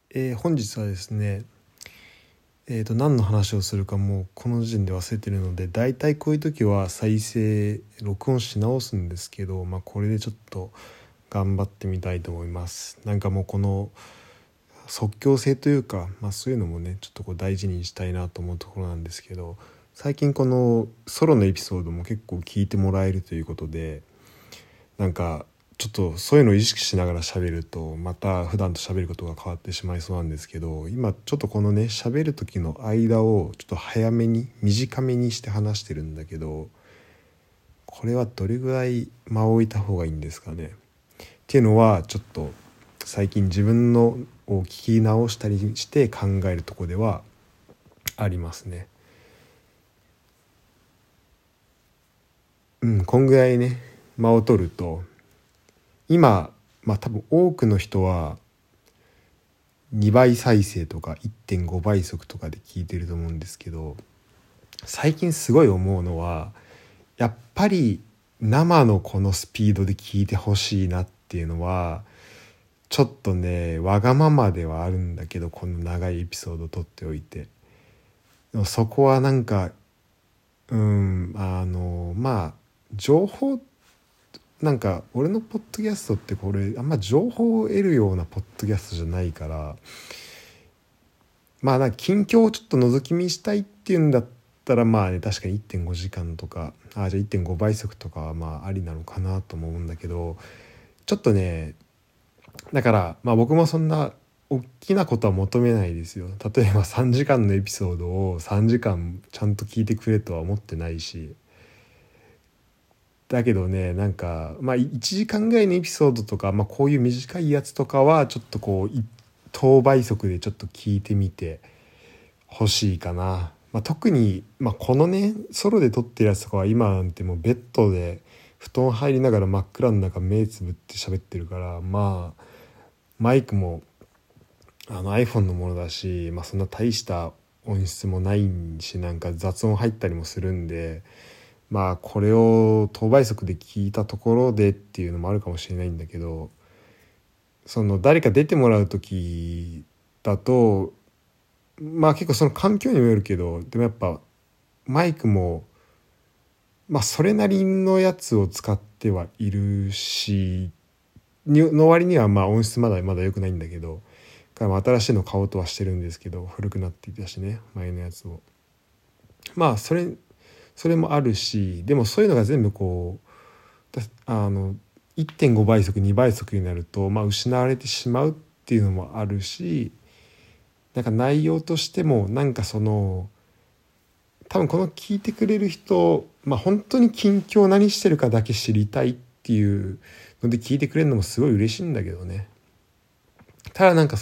本日はですね、何の話をするかもうこの時点で忘れてるので、だいたいこういう時は録音し直すんですけど、これでちょっと頑張ってみたいと思います。なんかもうこの即興性というか、そういうのもねちょっと大事にしたいなと思うところなんですけど、最近このソロのエピソードも結構聞いてもらえるということで、なんかちょっとそういうのを意識しながら喋るとまた普段と喋ることが変わってしまいそうなんですけど、今ちょっとこのね喋る時の間をちょっと早めに短めにして話してるんだけど、これはどれぐらい間を置いた方がいいんですかねっていうのはちょっと最近自分のを聞き直したりして考えるところではありますね。こんぐらいね間を取ると今多分多くの人は2倍再生とか 1.5 倍速とかで聞いてると思うんですけど、最近すごい思うのはやっぱり生のこのスピードで聞いてほしいなっていうのはちょっとねわがままではあるんだけど、この長いエピソードを撮っておいてでもそこはなんか情報なんか俺のポッドキャストってこれあんま情報を得るようなポッドキャストじゃないから、なんか近況をちょっと覗き見したいっていうんだったら確かに1.5時間とかじゃあ1.5倍速とかはありなのかなとも思うんだけど、ちょっとねだから僕もそんな大きなことは求めないですよ。例えば3時間のエピソードを3時間ちゃんと聞いてくれとは思ってないし、だけどねなんか1時間ぐらいのエピソードとか、こういう短いやつとかはちょっと等倍速でちょっと聞いてみてほしいかな。特に、このねソロで撮ってるやつとかは今なんてもうベッドで布団入りながら真っ暗の中目つぶって喋ってるから、マイクもiPhone のものだし、そんな大した音質もないし、なんか雑音入ったりもするんで、これを等倍速で聞いたところでっていうのもあるかもしれないんだけど、その誰か出てもらう時だと結構その環境にもよるけど、でもやっぱマイクもそれなりのやつを使ってはいるしの割には音質まだ良くないんだけど、新しいの買おうとはしてるんですけど、古くなっていたしね前のやつをそれもあるし、でもそういうのが全部1.5倍速2倍速になると失われてしまうっていうのもあるし、なんか内容としてもなんか多分この聞いてくれる人本当に近況何してるかだけ知りたいっていうので聞いてくれるのもすごい嬉しいんだけどね。ただなんか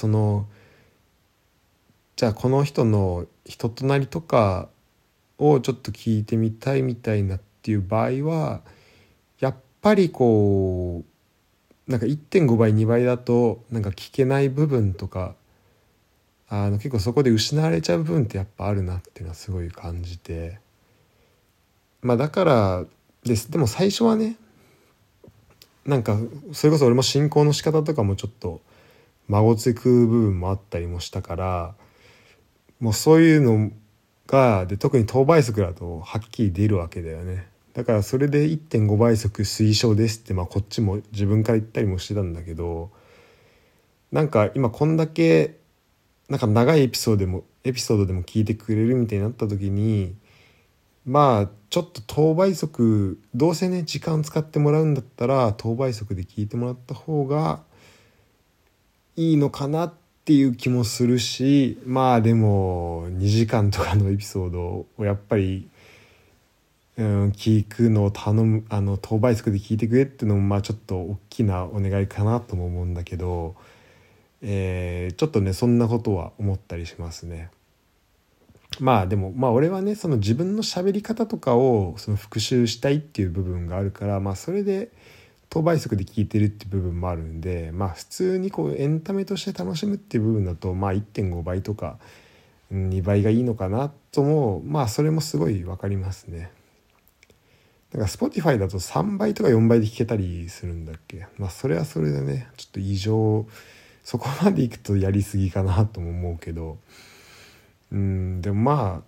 じゃあこの人の人となりとかをちょっと聞いてみたいみたいなっていう場合はやっぱりなんか1.5倍2倍だとなんか聞けない部分とか結構そこで失われちゃう部分ってやっぱあるなっていうのはすごい感じて、だからでも最初はねなんかそれこそ俺も進行の仕方とかもちょっとまごつく部分もあったりもしたから、もうそういうので特に等倍速だとはっきり出るわけだよね。だからそれで 1.5 倍速推奨ですってこっちも自分から言ったりもしてたんだけど、なんか今こんだけなんか長いエピソードでも聞いてくれるみたいになった時にちょっと等倍速どうせね時間使ってもらうんだったら等倍速で聞いてもらった方がいいのかなっていう気もするし、でも2時間とかのエピソードをやっぱり聞くのを頼む等倍速で聞いてくれっていうのもちょっと大きなお願いかなとも思うんだけど、ちょっとねそんなことは思ったりしますね。でも俺はねその自分の喋り方とかをその復習したいっていう部分があるからそれで等倍速で聞いてるっていう部分もあるんで、普通にエンタメとして楽しむっていう部分だと1.5 倍とか2倍がいいのかなともそれもすごい分かりますね。だから Spotify だと3倍とか4倍で聞けたりするんだっけ。それはそれでねちょっと異常そこまでいくとやりすぎかなとも思うけど、でもまあ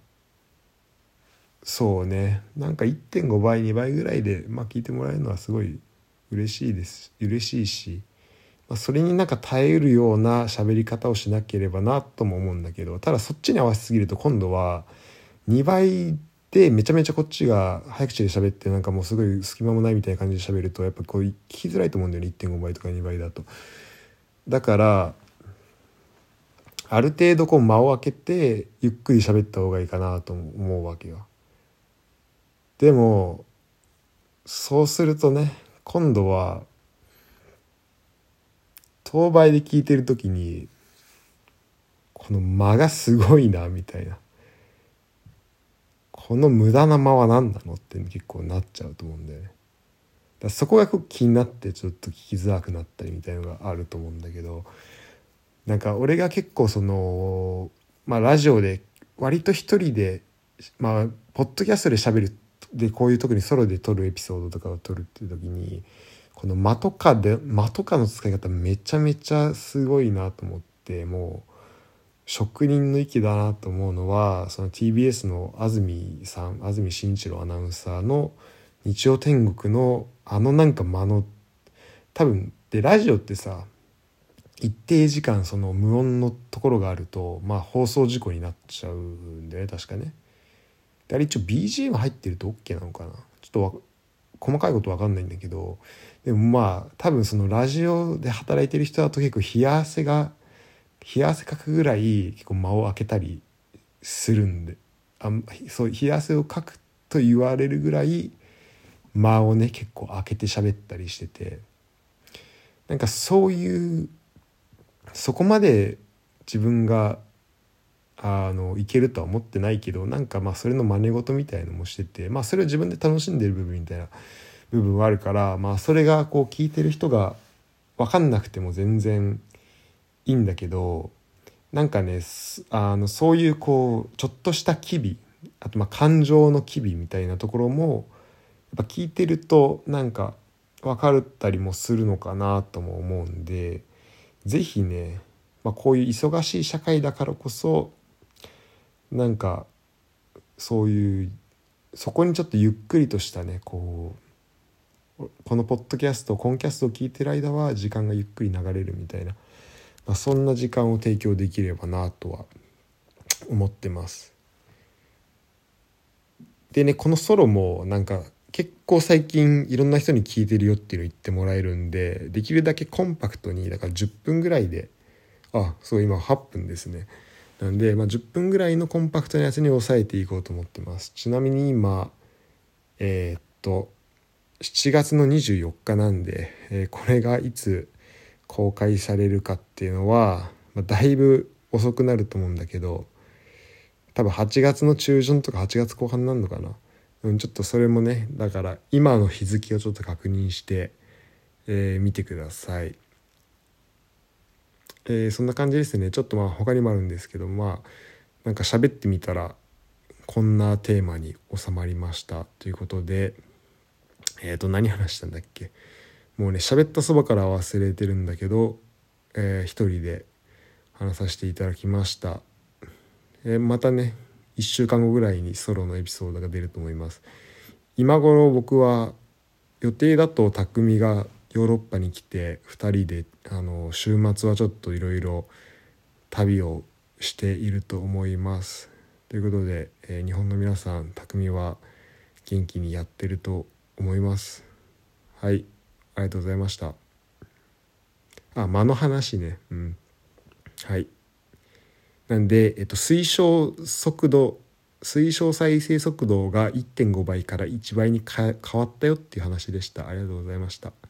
そうね、なんか 1.5 倍2倍ぐらいで、聞いてもらえるのはすごい嬉しいし、それになんか耐えうるような喋り方をしなければなとも思うんだけど、ただそっちに合わせすぎると今度は2倍でめちゃめちゃこっちが早口で喋って、なんかもうすごい隙間もないみたいな感じで喋ると、やっぱこう聞きづらいと思うんだよね、1.5 倍とか2倍だと。だからある程度こう間を空けてゆっくり喋った方がいいかなと思うわけよ。でもそうするとね、今度は当倍で聞いてる時にこの間がすごいなみたいな、この無駄な間は何なのって結構なっちゃうと思うんだよね。だからそこが気になってちょっと聞きづらくなったりみたいなのがあると思うんだけど、なんか俺が結構ラジオで割と一人でポッドキャストで喋るで、こういう特にソロで撮るエピソードとかを撮るっていう時に、この間とかの使い方めちゃめちゃすごいなと思って、もう職人の域だなと思うのは、その TBS の安住紳一郎アナウンサーの日曜天国のなんか間の、多分でラジオってさ、一定時間その無音のところがあると放送事故になっちゃうんだよね、確かね。であれ一応 BGM 入ってると OK なのかな、ちょっと細かいこと分かんないんだけど、でも多分そのラジオで働いてる人だと結構冷や汗かくぐらい結構間を空けたりするんで、そう冷や汗をかくと言われるぐらい間をね結構空けて喋ったりしてて、なんかそういうそこまで自分がいけるとは思ってないけど、なんかそれの真似事みたいのもしてて、それを自分で楽しんでる部分みたいな部分はあるから、それがこう聞いてる人が分かんなくても全然いいんだけど、なんかねそういうこうちょっとした機微、あと感情の機微みたいなところもやっぱ聞いてるとなんか分かったりもするのかなとも思うんで、ぜひね、こういう忙しい社会だからこそなんかそういうそこにちょっとゆっくりとしたねこのポッドキャストコンキャストを聞いてる間は時間がゆっくり流れるみたいな、そんな時間を提供できればなとは思ってます。でね、このソロもなんか結構最近いろんな人に聞いてるよっていうのを言ってもらえるんで、できるだけコンパクトに、だから10分ぐらいで、そう今8分ですね。なんで、10分ぐらいのコンパクトなやつに抑えていこうと思ってます。ちなみに今7月の24日なんで、これがいつ公開されるかっていうのは、だいぶ遅くなると思うんだけど、多分8月の中旬とか8月後半になるのかな。ちょっとそれもね、だから今の日付をちょっと確認して、見てください。そんな感じですね。ちょっと他にもあるんですけど、なんか喋ってみたらこんなテーマに収まりましたということで、何話したんだっけ、もうね喋ったそばから忘れてるんだけど、一人で話させていただきました。またね1週間後ぐらいにソロのエピソードが出ると思います。今頃僕は予定だと匠がヨーロッパに来て2人で週末はちょっといろいろ旅をしていると思います。ということで、日本の皆さん匠は元気にやってると思います。はい、ありがとうございました。間の話ね、はい。なんで、推奨再生速度が 1.5 倍から1倍に変わったよっていう話でした。ありがとうございました。